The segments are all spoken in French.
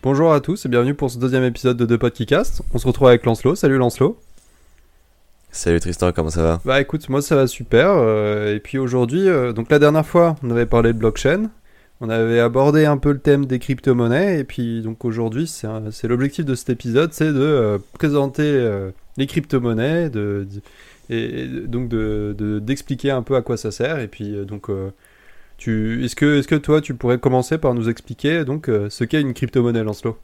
Bonjour à tous et bienvenue pour ce deuxième épisode de Deux Potes qui Cast. On se retrouve avec Lancelot. Salut Lancelot. Salut Tristan, comment ça va? Bah écoute, moi ça va super. Et puis aujourd'hui, donc la dernière fois, on avait parlé de blockchain. On avait abordé un peu le thème des crypto-monnaies. Et puis donc aujourd'hui, c'est l'objectif de cet épisode, c'est de présenter les crypto-monnaies, donc d'expliquer un peu à quoi ça sert. Et puis est-ce que toi tu pourrais commencer par nous expliquer donc ce qu'est une crypto-monnaie, Lancelot?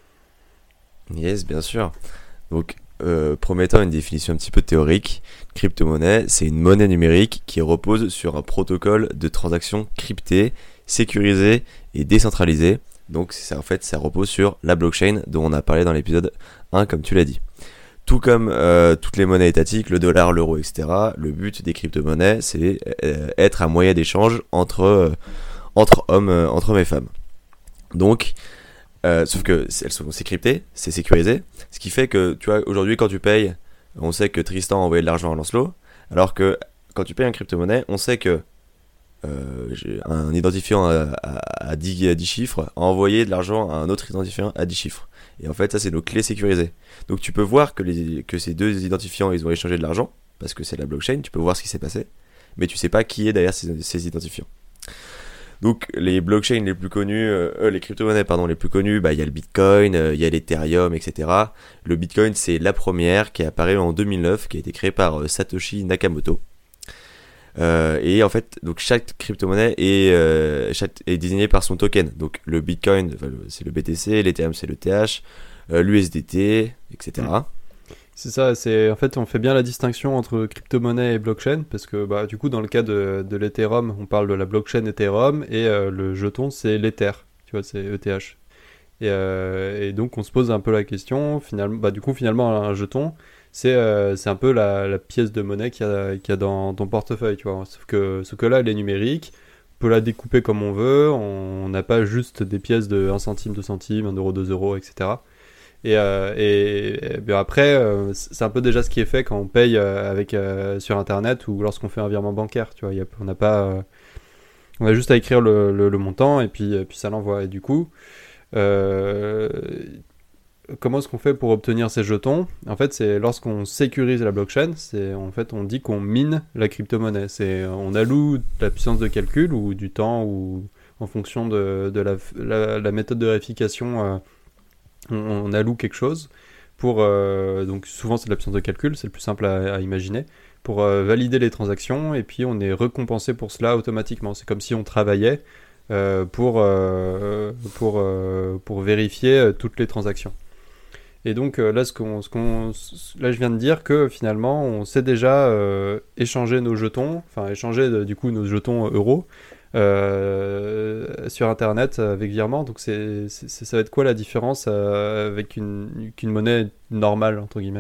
Yes, bien sûr. Donc, premier temps, une définition un petit peu théorique. Crypto-monnaie, c'est une monnaie numérique qui repose sur un protocole de transaction crypté, sécurisé et décentralisé. Donc, ça repose sur la blockchain dont on a parlé dans l'épisode 1, comme tu l'as dit. Tout comme toutes les monnaies étatiques, le dollar, l'euro, etc., le but des crypto-monnaies, c'est être un moyen d'échange entre hommes et femmes. Donc, sauf que c'est crypté, c'est sécurisé, ce qui fait que, tu vois, aujourd'hui, quand tu payes, on sait que Tristan a envoyé de l'argent à Lancelot, alors que quand tu payes un crypto-monnaie, on sait que j'ai un identifiant à 10 chiffres a envoyé de l'argent à un autre identifiant à 10 chiffres. Et en fait, ça, c'est nos clés sécurisées. Donc, tu peux voir que ces deux identifiants, ils ont échangé de l'argent, parce que c'est la blockchain, tu peux voir ce qui s'est passé, mais tu sais pas qui est derrière ces identifiants. Donc, les blockchains les plus connus, les crypto-monnaies, pardon, les plus connues, bah, il y a le Bitcoin, il y a l'Ethereum, etc. Le Bitcoin, c'est la première qui est apparue en 2009, qui a été créée par Satoshi Nakamoto. Et en fait, donc chaque crypto-monnaie est désignée par son token. Donc le Bitcoin, c'est le BTC, l'Ethereum, c'est le TH, l'USDT, etc. C'est ça, en fait on fait bien la distinction entre crypto-monnaie et blockchain parce que bah, du coup dans le cas de l'Ethereum, on parle de la blockchain Ethereum et le jeton c'est l'Ether, tu vois, c'est ETH. Et donc on se pose un peu la question, finalement, bah, du coup finalement un jeton c'est un peu la pièce de monnaie qu'il y a dans ton portefeuille, tu vois. Sauf que là elle est numérique, on peut la découper comme on veut, on n'a pas juste des pièces de 1 centime, 2 centimes, 1 euro, 2 euros, etc. Et bien après, c'est un peu déjà ce qui est fait quand on paye sur Internet ou lorsqu'on fait un virement bancaire. Tu vois, on n'a pas, on a juste à écrire le montant et puis ça l'envoie. Et du coup, euh, comment est-ce qu'on fait pour obtenir ces jetons? En fait, c'est lorsqu'on sécurise la blockchain, en fait on dit qu'on mine la crypto-monnaie. On alloue de la puissance de calcul ou du temps ou en fonction de la méthode de vérification. On alloue quelque chose pour donc souvent c'est de la puissance de calcul, c'est le plus simple à imaginer pour valider les transactions et puis on est récompensé pour cela automatiquement. C'est comme si on travaillait pour vérifier toutes les transactions. Et donc là, là, je viens de dire que finalement, on sait déjà échanger nos jetons, enfin échanger du coup nos jetons euros sur Internet avec virement. Donc ça va être quoi la différence avec qu'une monnaie normale entre guillemets?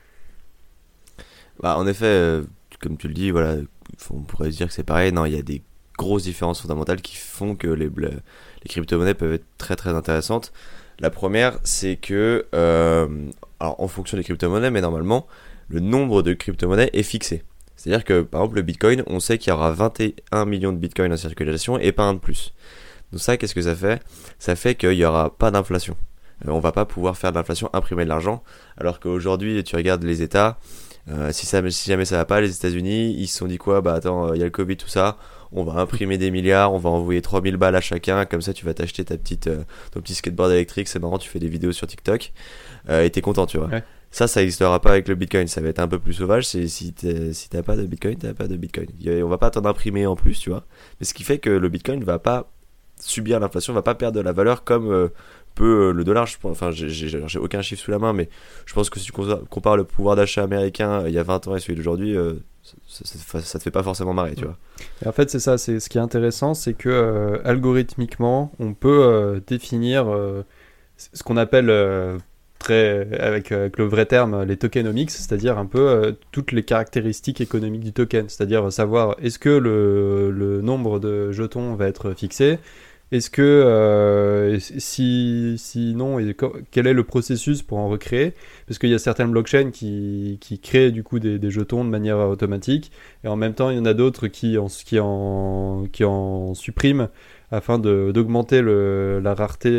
Bah, en effet, comme tu le dis, voilà, on pourrait se dire que c'est pareil. Non, il y a des grosses différences fondamentales qui font que les crypto-monnaies peuvent être très très intéressantes. La première, c'est que, alors en fonction des crypto-monnaies, mais normalement, le nombre de crypto-monnaies est fixé. C'est-à-dire que, par exemple, le Bitcoin, on sait qu'il y aura 21 millions de Bitcoins en circulation et pas un de plus. Donc ça, qu'est-ce que ça fait? Ça fait qu'il n'y aura pas d'inflation. On va pas pouvoir faire de l'inflation, imprimer de l'argent, alors qu'aujourd'hui, tu regardes les États, si jamais ça va pas, les États-Unis, ils se sont dit quoi? Bah attends, il y a le Covid, tout ça, on va imprimer des milliards, on va envoyer 3000 balles à chacun, comme ça tu vas t'acheter ton petit skateboard électrique, c'est marrant, tu fais des vidéos sur TikTok, et t'es content, tu vois. Ouais. Ça n'existera pas avec le Bitcoin, ça va être un peu plus sauvage, si t'as pas de Bitcoin, t'as pas de Bitcoin. On va pas t'en imprimer en plus, tu vois. Mais ce qui fait que le Bitcoin va pas subir l'inflation, va pas perdre de la valeur comme peut le dollar. Je pense, enfin, j'ai aucun chiffre sous la main, mais je pense que si tu compares le pouvoir d'achat américain il y a 20 ans et celui d'aujourd'hui, ça te fait pas forcément marrer, tu vois. Et en fait, c'est ça. C'est ce qui est intéressant, c'est que algorithmiquement, on peut définir ce qu'on appelle avec le vrai terme les tokenomics, c'est-à-dire un peu toutes les caractéristiques économiques du token, c'est-à-dire savoir est-ce que le nombre de jetons va être fixé, est-ce que si non, quel est le processus pour en recréer? Parce qu'il y a certaines blockchains qui créent du coup des jetons de manière automatique, et en même temps il y en a d'autres qui en suppriment afin d'augmenter la rareté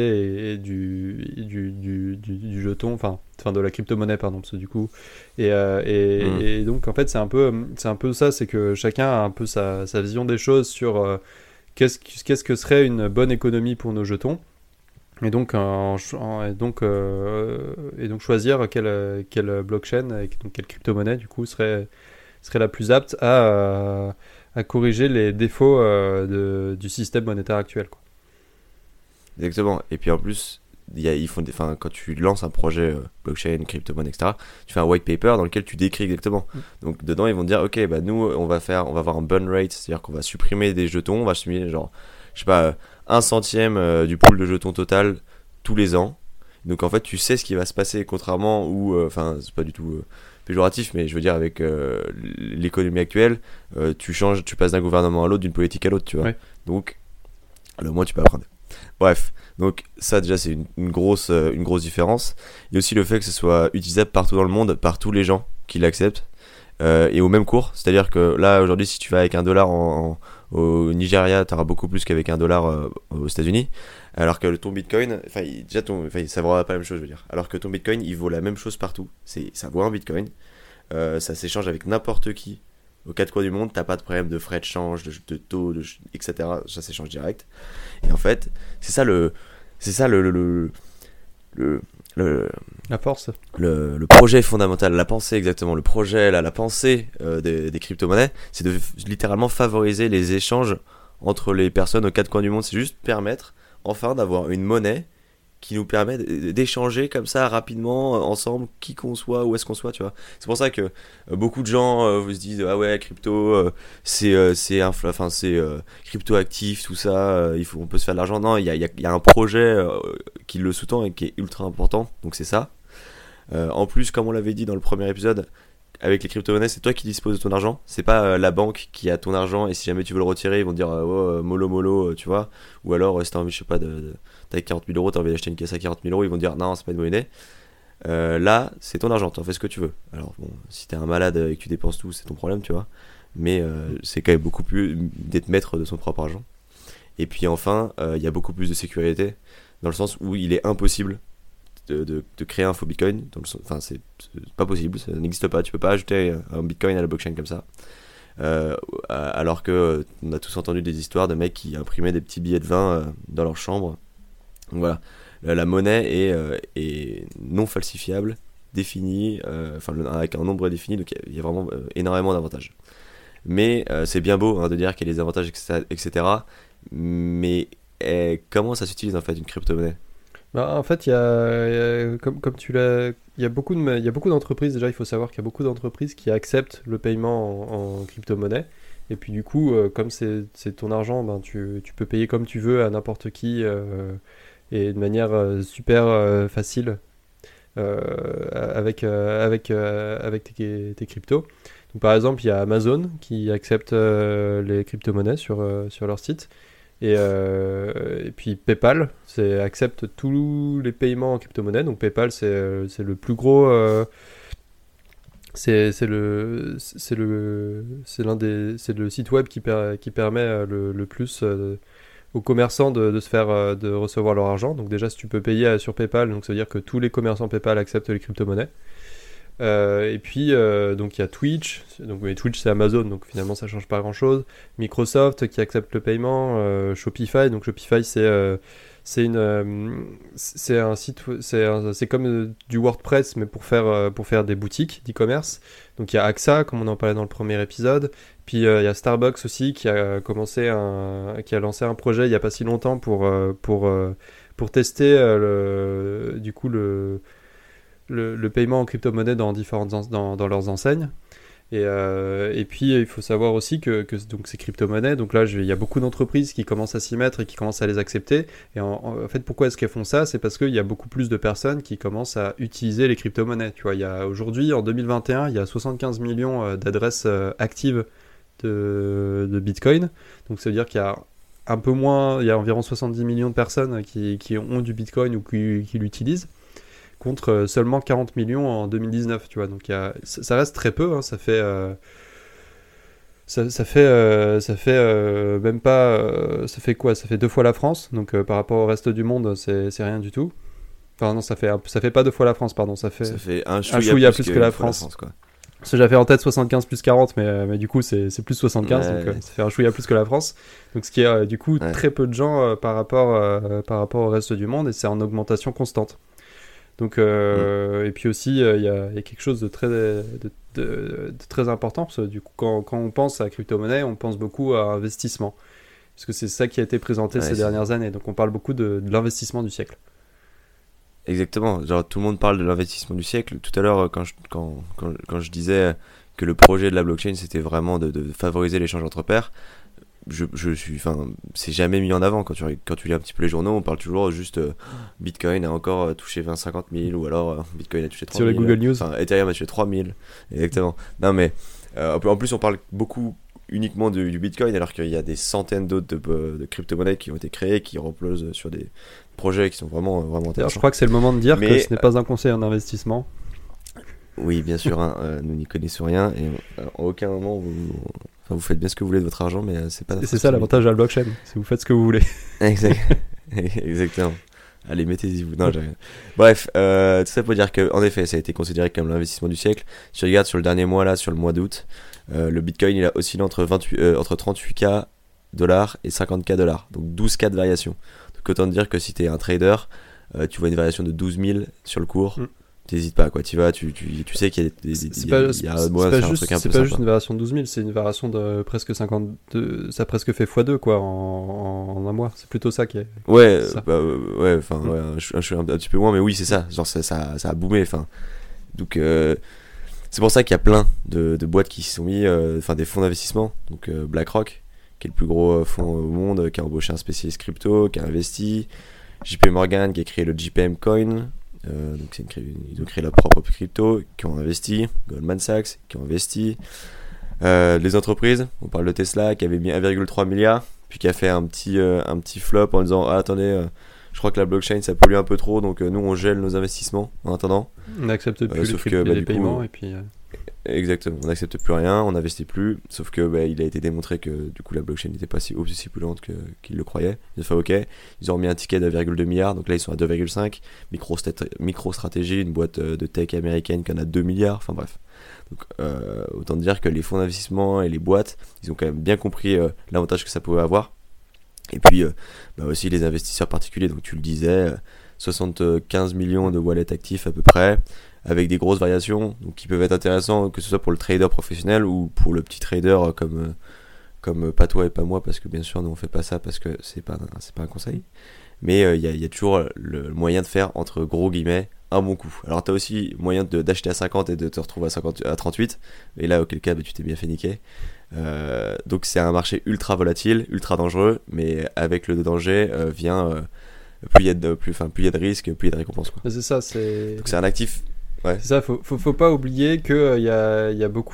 du jeton, enfin de la crypto-monnaie, pardon, parce que du coup, et donc en fait c'est un peu ça, c'est que chacun a un peu sa vision des choses sur qu'est-ce que serait une bonne économie pour nos jetons. Et donc, et donc choisir quelle blockchain, donc quelle crypto-monnaie du coup serait la plus apte à corriger les défauts du système monétaire actuel, quoi. Exactement. Et puis en plus, ils font quand tu lances un projet blockchain, crypto-monnaie, etc., tu fais un white paper dans lequel tu décris exactement. Donc dedans, ils vont te dire, ok, bah nous, on va avoir un burn rate, c'est-à-dire qu'on va supprimer des jetons, on va supprimer genre, je sais pas, 1/100 du pool de jetons total tous les ans. Donc en fait, tu sais ce qui va se passer, contrairement enfin, c'est pas du tout péjoratif, mais je veux dire, avec l'économie actuelle, tu passes d'un gouvernement à l'autre, d'une politique à l'autre, tu vois. Ouais. Donc, au moins, tu peux apprendre. Bref, donc ça déjà c'est une grosse différence. Il y a aussi le fait que ce soit utilisable partout dans le monde, par tous les gens qui l'acceptent, et au même cours. C'est-à-dire que là aujourd'hui, si tu vas avec $1 au Nigeria, tu auras beaucoup plus qu'avec $1 aux États-Unis. Alors que ton Bitcoin, ça vaut pas la même chose, je veux dire. Alors que ton Bitcoin, il vaut la même chose partout. Ça vaut un Bitcoin. Ça s'échange avec n'importe qui. Aux quatre coins du monde, t'as pas de problème de frais de change, de taux, etc. Ça s'échange direct. Et en fait, c'est ça le La force. Le projet fondamental, la pensée exactement, le projet, la pensée des crypto-monnaies, c'est de littéralement favoriser les échanges entre les personnes aux quatre coins du monde. C'est juste permettre enfin d'avoir une monnaie qui nous permet d'échanger comme ça rapidement ensemble, qui qu'on soit, où est-ce qu'on soit, tu vois. C'est pour ça que beaucoup de gens vous se disent ah ouais, crypto c'est crypto actif, tout ça, on peut se faire de l'argent. Non, il y a un projet qui le sous-tend et qui est ultra important, donc c'est ça. En plus, comme on l'avait dit dans le premier épisode, avec les crypto-monnaies, c'est toi qui disposes de ton argent. C'est pas la banque qui a ton argent et si jamais tu veux le retirer, ils vont te dire oh, mollo, tu vois. Ou alors, si t'as envie, je sais pas, t'as 40 000 euros, t'as envie d'acheter une caisse à 40 000 euros, ils vont te dire non, c'est pas une monnaie. Là, c'est ton argent, t'en fais ce que tu veux. Alors, bon, si t'es un malade et que tu dépenses tout, c'est ton problème, tu vois. Mais c'est quand même beaucoup plus d'être maître de son propre argent. Et puis enfin, il y a beaucoup plus de sécurité dans le sens où il est impossible de créer un faux Bitcoin. Enfin, c'est pas possible, ça n'existe pas. Tu peux pas ajouter un Bitcoin à la blockchain comme ça. Alors que on a tous entendu des histoires de mecs qui imprimaient des petits billets de vin dans leur chambre. Donc voilà, la monnaie est non falsifiable, définie, avec un nombre défini, donc il y a vraiment énormément d'avantages. Mais c'est bien beau de dire qu'il y a des avantages, etc. Mais comment ça s'utilise en fait une crypto-monnaie? Bah, en fait, comme tu l'as, il y a beaucoup d'entreprises. Déjà, il faut savoir qu'il y a beaucoup d'entreprises qui acceptent le paiement en crypto-monnaie. Et puis du coup, comme c'est ton argent, ben, tu peux payer comme tu veux à n'importe qui et de manière super facile avec tes cryptos. Donc, par exemple, il y a Amazon qui accepte les crypto-monnaies sur leur site. Et puis PayPal accepte tous les paiements en crypto-monnaie. Donc PayPal, c'est le plus gros. C'est le site web qui permet le plus aux commerçants de recevoir leur argent. Donc déjà, si tu peux payer sur PayPal, donc ça veut dire que tous les commerçants PayPal acceptent les crypto-monnaies. Et puis donc il y a Twitch, mais Twitch c'est Amazon, donc finalement ça change pas grand chose. Microsoft qui accepte le paiement, Shopify, donc Shopify c'est un site, c'est comme du WordPress mais pour faire des boutiques d'e-commerce. Donc il y a AXA comme on en parlait dans le premier épisode, puis il y a Starbucks aussi qui a lancé un projet il y a pas si longtemps pour tester le paiement en crypto-monnaie dans leurs enseignes. Et puis il faut savoir aussi que donc ces crypto-monnaies, donc là il y a beaucoup d'entreprises qui commencent à s'y mettre et qui commencent à les accepter. Et en fait, pourquoi est-ce qu'elles font ça? C'est parce qu'il y a beaucoup plus de personnes qui commencent à utiliser les crypto-monnaies. Tu vois, aujourd'hui, en 2021, il y a 75 millions d'adresses actives de Bitcoin. Donc ça veut dire qu'il y a un peu moins, il y a environ 70 millions de personnes qui ont du Bitcoin ou qui l'utilisent, contre seulement 40 millions en 2019, tu vois. Donc ça reste très peu, hein, ça fait Ça fait même pas. Ça fait quoi? Ça fait 2 fois la France. Donc par rapport au reste du monde, c'est rien du tout. Enfin, non, ça fait pas 2 fois la France, pardon. Ça Ça fait fait un un chouïa chouïa plus que qu'une la fois la France. quoi. Parce que j'avais en tête 75 plus 40, mais du coup, c'est plus 75. Donc Ouais, ça fait un chouïa plus que la France. Donc ce qui est du coup ouais. très peu de gens par rapport au reste du monde. Et c'est en augmentation constante. Donc, Mm. et puis aussi, il y a quelque chose de très important, parce que du coup, quand on pense à crypto-monnaie, on pense beaucoup à investissement, parce que c'est ça qui a été présenté Ouais, ces dernières années. Donc on parle beaucoup de l'investissement du siècle. exactement. Genre, tout le monde parle de l'investissement du siècle. Tout à l'heure, quand je disais que le projet de la blockchain, c'était vraiment de favoriser l'échange entre pairs, enfin, c'est jamais mis en avant. Quand tu lis un petit peu les journaux, on parle toujours juste Bitcoin a encore touché 50 000, ou alors Bitcoin a touché 30 Sur les 000. Google News. Enfin, Ethereum a touché 3 000. Exactement. Non, mais en plus, on parle beaucoup uniquement du Bitcoin, alors qu'il y a des centaines d'autres de crypto-monnaies qui ont été créées, qui reposent sur des projets qui sont vraiment D'ailleurs, je intéressants. crois que c'est le moment de dire que Mais ce n'est pas un conseil en investissement. oui, bien sûr, hein, nous n'y connaissons rien, et en aucun moment enfin, vous faites bien ce que vous voulez de votre argent, mais c'est pas Et notre c'est ça responsabilité. l'avantage de la blockchain, c'est vous faites ce que vous voulez. Exact. Exactement. Allez, mettez-y vous. Non, j'ai rien. Bref, tout ça pour dire que, en effet, ça a été considéré comme l'investissement du siècle. Si tu regardes sur le dernier mois, là, sur le mois d'août, le Bitcoin, il a oscillé entre 38K dollars et 50K dollars. Donc 12K de variation. Donc autant te dire que si tu es un trader, tu vois une variation de 12 000 sur le cours. Mm. T'hésites pas, quoi. Tu vas, tu sais qu'il y a C'est pas, il y a c'est moyen de pas faire un juste, truc un c'est peu pas juste sympa. une variation de 12 000, c'est une variation de presque 52. Ça a presque fait x2 quoi en un mois. C'est plutôt ça qui est. Ouais, Ça. ouais, enfin, Mm. ouais, je suis un petit peu moins, mais oui, c'est ça. Genre, ça a boomé, enfin. Donc, c'est pour ça qu'il y a plein de boîtes qui s'y sont mis, enfin, des fonds d'investissement. Donc, BlackRock, qui est le plus gros fonds au monde, qui a embauché un spécialiste crypto, qui a investi. JP Morgan, qui a créé le JPM Coin. Donc, ils ont créé leur propre crypto, qui ont investi. Goldman Sachs, qui ont investi. Les entreprises, on parle de Tesla, qui avait mis 1,3 milliard, puis qui a fait un petit flop en disant ah, attendez, je crois que la blockchain ça pollue un peu trop, donc nous on gèle nos investissements en attendant. On n'accepte plus Sauf que bah, les du coup, paiements et puis. exactement, on n'accepte plus rien, on n'investit plus, sauf que bah, il a été démontré que du coup la blockchain n'était pas aussi polluante qu'ils le croyaient. Ils ont fait ok, ils ont remis un ticket de 1,2 milliard, donc là ils sont à 2,5. MicroStrategy, une boîte de tech américaine qui en a 2 milliards, enfin bref. Donc, autant dire que les fonds d'investissement et les boîtes, ils ont quand même bien compris l'avantage que ça pouvait avoir. Et puis, bah aussi les investisseurs particuliers, donc tu le disais, 75 millions de wallets actifs à peu près, avec des grosses variations, donc qui peuvent être intéressants, que ce soit pour le trader professionnel ou pour le petit trader comme pas toi et pas moi, parce que bien sûr, nous on fait pas ça parce que c'est pas un conseil. Mais il y a toujours le moyen de faire, entre gros guillemets, un bon coup. Alors t'as aussi moyen d'acheter à 50 et de te retrouver à 38, et là auquel cas bah, tu t'es bien fait niquer. Donc c'est un marché ultra volatile, ultra dangereux, mais avec le danger vient plus il y a de risques, plus il y a de récompenses, quoi. C'est ça, c'est. Donc c'est un actif. Ouais. C'est ça, faut pas oublier que il y a beaucoup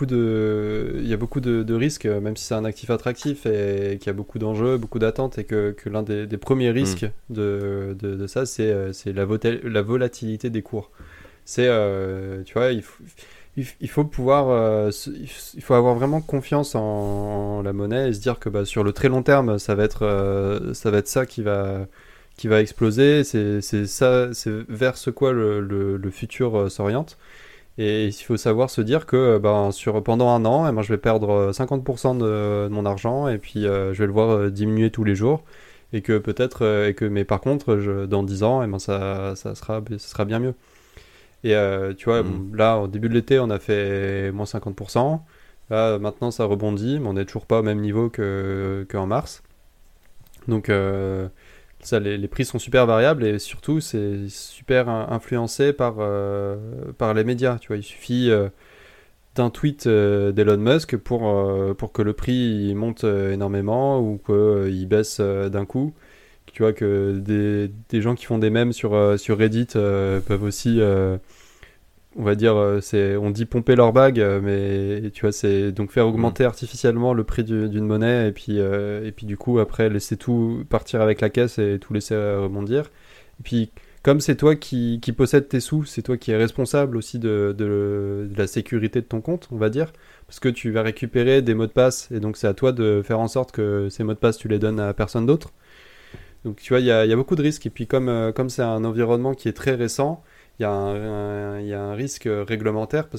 de risques, même si c'est un actif attractif et qu'il y a beaucoup d'enjeux, beaucoup d'attentes, et que l'un des premiers risques de ça, c'est la volatilité des cours. C'est, tu vois, il faut pouvoir, il faut avoir vraiment confiance en la monnaie et se dire que bah, sur le très long terme, ça va être ça qui va exploser. C'est ça, c'est vers ce quoi le futur s'oriente. Et il faut savoir se dire que ben, pendant un an, eh ben, je vais perdre 50% de mon argent et puis je vais le voir diminuer tous les jours. Et que peut-être, mais par contre, dans 10 ans, eh ben, ça sera bien mieux. Et tu vois, là, au début de l'été, on a fait moins 50%. Là, maintenant, ça rebondit, mais on n'est toujours pas au même niveau qu'en mars. Donc, ça, les prix sont super variables et surtout, c'est super influencé par les médias. Tu vois, il suffit d'un tweet d'Elon Musk pour que le prix il monte énormément ou qu'il baisse d'un coup. Tu vois que des gens qui font des mèmes sur Reddit peuvent aussi, on va dire, on dit pomper leur bague, mais tu vois, c'est donc faire augmenter artificiellement le prix d'une monnaie et puis du coup après laisser tout partir avec la caisse et tout laisser rebondir. Et puis comme c'est toi qui possède tes sous, c'est toi qui es responsable aussi de la sécurité de ton compte, on va dire, parce que tu vas récupérer des mots de passe, et donc c'est à toi de faire en sorte que ces mots de passe, tu les donnes à personne d'autre. Donc tu vois, il y a beaucoup de risques, et puis comme c'est un environnement qui est très récent, il y a un risque réglementaire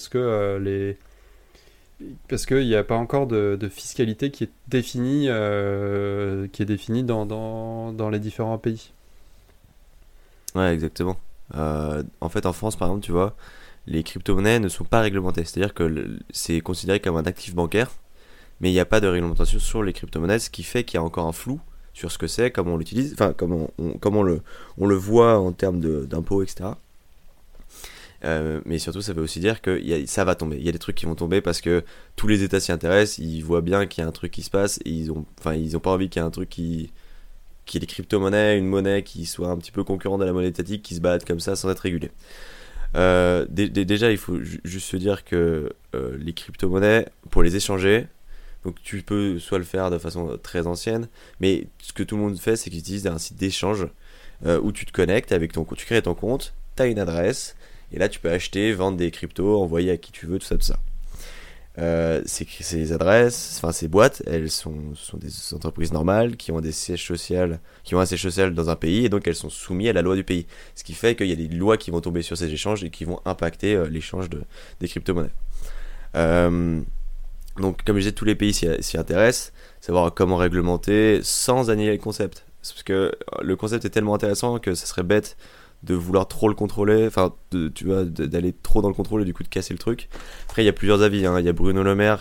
parce qu'il n'y a pas encore de fiscalité qui est définie dans les différents pays. Ouais, exactement. En fait, en France, par exemple, tu vois, les crypto-monnaies ne sont pas réglementées. C'est-à-dire que c'est considéré comme un actif bancaire, mais il n'y a pas de réglementation sur les crypto-monnaies, ce qui fait qu'il y a encore un flou sur ce que c'est, comment on l'utilise, enfin, comment on le voit en termes d'impôts, etc. Mais surtout, ça veut aussi dire que ça va tomber. Il y a des trucs qui vont tomber parce que tous les États s'y intéressent, ils voient bien qu'il y a un truc qui se passe, et ils ont pas envie qu'il y ait un truc qui est des crypto-monnaies, une monnaie qui soit un petit peu concurrente de la monnaie étatique, qui se balade comme ça sans être régulée. Déjà, il faut juste se dire que les crypto-monnaies, pour les échanger, donc tu peux soit le faire de façon très ancienne, mais ce que tout le monde fait, c'est qu'ils utilisent un site d'échange où tu te connectes avec tu crées ton compte, tu as une adresse, et là tu peux acheter, vendre des cryptos, envoyer à qui tu veux, tout ça, tout ça. Ces adresses, enfin ces boîtes, elles sont des entreprises normales qui ont un siège social dans un pays, et donc elles sont soumises à la loi du pays. Ce qui fait qu'il y a des lois qui vont tomber sur ces échanges et qui vont impacter l'échange des crypto-monnaies. Donc comme je disais, tous les pays s'y intéressent, savoir comment réglementer sans annihiler le concept. Parce que le concept est tellement intéressant que ça serait bête de vouloir trop le contrôler, enfin tu vois, d'aller trop dans le contrôle et du coup de casser le truc. Après il y a plusieurs avis, hein. Il y a Bruno Le Maire,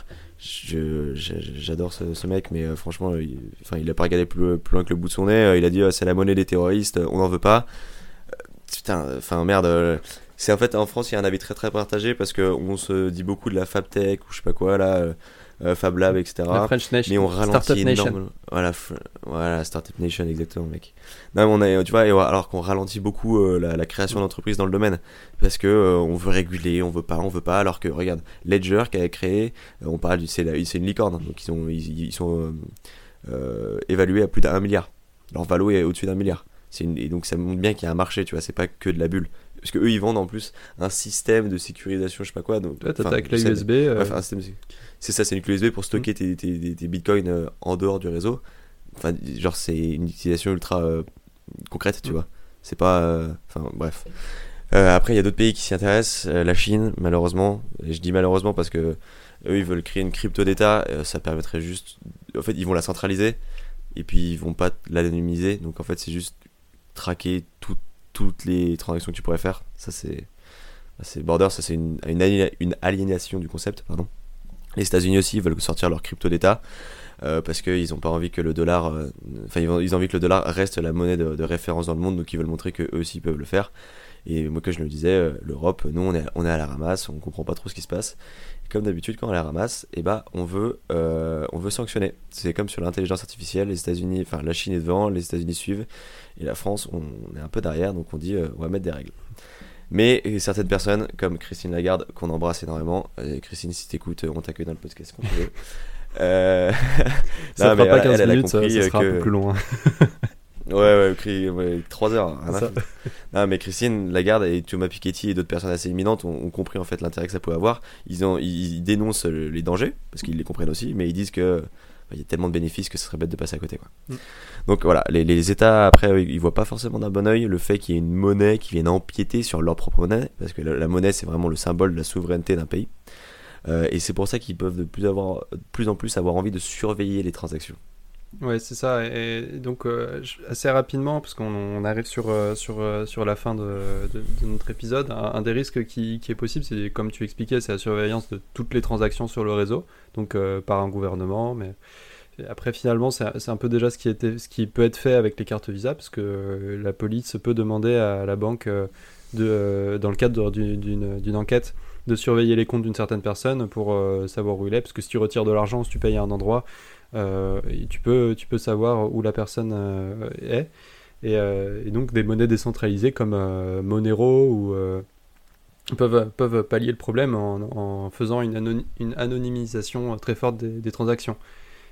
j'adore ce mec, mais franchement il a pas regardé plus loin que le bout de son nez. Il a dit c'est la monnaie des terroristes, on n'en veut pas. Putain, enfin merde, c'est en fait en France il y a un avis très très partagé parce que on se dit beaucoup de la FabTech ou je sais pas quoi là, Fab Lab, etc. La French Nation, mais on ralentit énormément. Voilà, Startup Nation, exactement, mec. Non, mais tu vois, alors qu'on ralentit beaucoup la création d'entreprises dans le domaine parce que on veut réguler, on veut pas. Alors que regarde, Ledger qui a créé, on parle c'est une licorne, hein, donc ils sont évalués à plus d'1 milliard. Leur valo est au-dessus d'1 milliard. Et donc ça montre bien qu'il y a un marché, tu vois, c'est pas que de la bulle. Parce que eux ils vendent en plus un système de sécurisation, je sais pas quoi. Donc, ouais, t'as ta clé USB. Un système, c'est ça, c'est une clé USB pour stocker tes bitcoins en dehors du réseau. Enfin, genre, c'est une utilisation ultra concrète, tu vois. C'est pas. Enfin, bref. Après, il y a d'autres pays qui s'y intéressent. La Chine, malheureusement. Et je dis malheureusement parce que eux, ils veulent créer une crypto d'État. Ça permettrait juste. En fait, ils vont la centraliser. Et puis, ils vont pas l'anonymiser. Donc, en fait, c'est juste traquer toutes les transactions que tu pourrais faire. Ça, c'est border. Ça, c'est une aliénation du concept, pardon. Les États-Unis aussi veulent sortir leur crypto d'État parce qu'ils n'ont pas envie que le dollar, ils ont envie que le dollar reste la monnaie de référence dans le monde, donc ils veulent montrer que eux aussi peuvent le faire. Et moi, comme je le disais, l'Europe, nous on est à la ramasse, on comprend pas trop ce qui se passe. Et comme d'habitude, quand on est à la ramasse, on veut sanctionner. C'est comme sur l'intelligence artificielle, les États-Unis, enfin la Chine est devant, les États-Unis suivent, et la France, on est un peu derrière, donc on dit on va mettre des règles. Mais certaines personnes, comme Christine Lagarde, qu'on embrasse énormément, Christine, si t'écoutes, on t'accueille dans le podcast quand tu veux. Ça fera pas 15 elle minutes, a compris ça sera un peu plus long. Ouais, 3 heures. Hein, non, mais Christine Lagarde et Thomas Piketty et d'autres personnes assez éminentes ont compris en fait l'intérêt que ça pouvait avoir. Ils dénoncent les dangers, parce qu'ils les comprennent aussi, mais ils disent que il y a tellement de bénéfices que ce serait bête de passer à côté, quoi. Donc voilà, les États après ils voient pas forcément d'un bon oeil le fait qu'il y ait une monnaie qui vienne empiéter sur leur propre monnaie, parce que la monnaie c'est vraiment le symbole de la souveraineté d'un pays, et c'est pour ça qu'ils peuvent de plus en plus avoir envie de surveiller les transactions. Ouais, c'est ça. Et donc, assez rapidement, parce qu'on arrive sur la fin de notre épisode, un des risques qui est possible, c'est, comme tu expliquais, c'est la surveillance de toutes les transactions sur le réseau, donc par un gouvernement. Mais après, finalement, c'est un peu déjà ce qui peut être fait avec les cartes Visa, parce que la police peut demander à la banque, dans le cadre d'une enquête, de surveiller les comptes d'une certaine personne pour savoir où il est, parce que si tu retires de l'argent, si tu payes à un endroit, tu peux savoir où la personne est, et donc des monnaies décentralisées comme Monero peuvent pallier le problème en faisant une anonymisation très forte des transactions.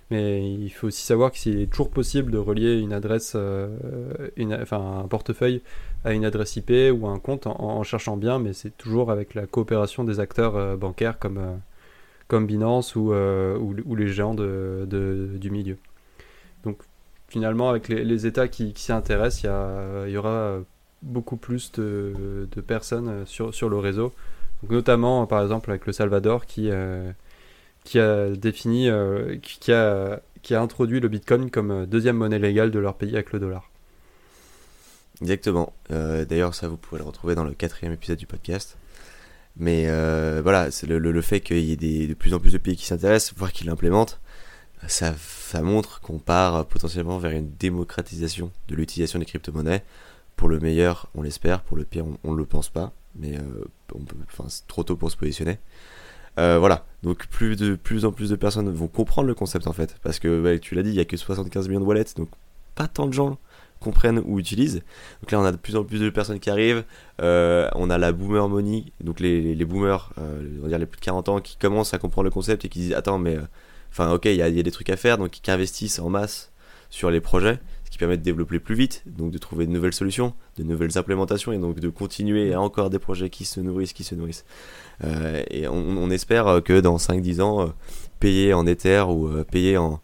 Mais il faut aussi savoir qu'il est toujours possible de relier une adresse, un portefeuille à une adresse IP ou à un compte en cherchant bien, mais c'est toujours avec la coopération des acteurs bancaires comme Binance ou les géants du milieu. Donc finalement, avec les États qui s'y intéressent, il y aura beaucoup plus de personnes sur le réseau. Donc, notamment, par exemple, avec le Salvador qui a défini, qui a introduit le Bitcoin comme deuxième monnaie légale de leur pays avec le dollar. Exactement. D'ailleurs, ça, vous pouvez le retrouver dans le 4e épisode du podcast. Mais voilà, c'est le fait qu'il y ait de plus en plus de pays qui s'intéressent, voire qui l'implémentent, ça montre qu'on part potentiellement vers une démocratisation de l'utilisation des crypto-monnaies. Pour le meilleur, on l'espère. Pour le pire, on ne le pense pas. Mais c'est trop tôt pour se positionner. Voilà, donc plus en plus de personnes vont comprendre le concept en fait. Parce que tu l'as dit, il n'y a que 75 millions de wallets, donc pas tant de gens comprennent ou utilisent. Donc là, on a de plus en plus de personnes qui arrivent. On a la boomer money, donc les boomers, on va dire les plus de 40 ans, qui commencent à comprendre le concept et qui disent attends, mais ok, il y a des trucs à faire, donc qui investissent en masse sur les projets, ce qui permet de développer plus vite, donc de trouver de nouvelles solutions, de nouvelles implémentations, et donc de continuer à encore des projets qui se nourrissent. Et on espère que dans 5-10 ans, payer en Ether ou payer en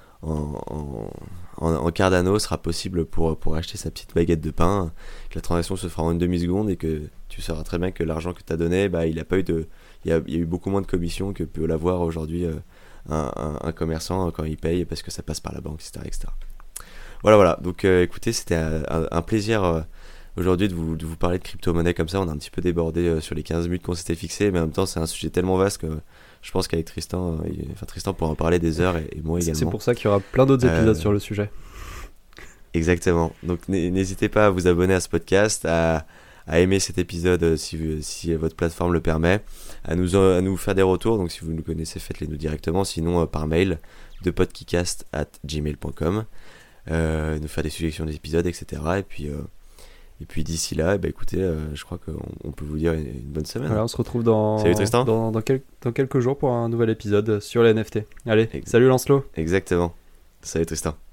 Cardano sera possible pour acheter sa petite baguette de pain, que la transaction se fera en une demi-seconde et que tu sauras très bien que l'argent que tu as donné, il y a eu beaucoup moins de commissions que peut l'avoir aujourd'hui un commerçant quand il paye parce que ça passe par la banque, etc. etc. Voilà. Donc écoutez, c'était un plaisir aujourd'hui de vous parler de crypto-monnaie comme ça. On a un petit peu débordé sur les 15 minutes qu'on s'était fixé, mais en même temps, c'est un sujet tellement vaste que je pense qu'avec Tristan, Tristan pourra en parler des heures et moi également. C'est pour ça qu'il y aura plein d'autres épisodes sur le sujet. Exactement. Donc n'hésitez pas à vous abonner à ce podcast, à aimer cet épisode si votre plateforme le permet, à nous faire des retours. Donc si vous nous connaissez, faites-les nous directement, sinon par mail de podkicast@gmail.com, nous faire des suggestions d'épisodes, etc. Et puis d'ici là, écoutez, je crois qu'on peut vous dire une bonne semaine. Voilà, on se retrouve dans quelques jours pour un nouvel épisode sur les NFT. Allez, salut Lancelot. Exactement. Salut Tristan.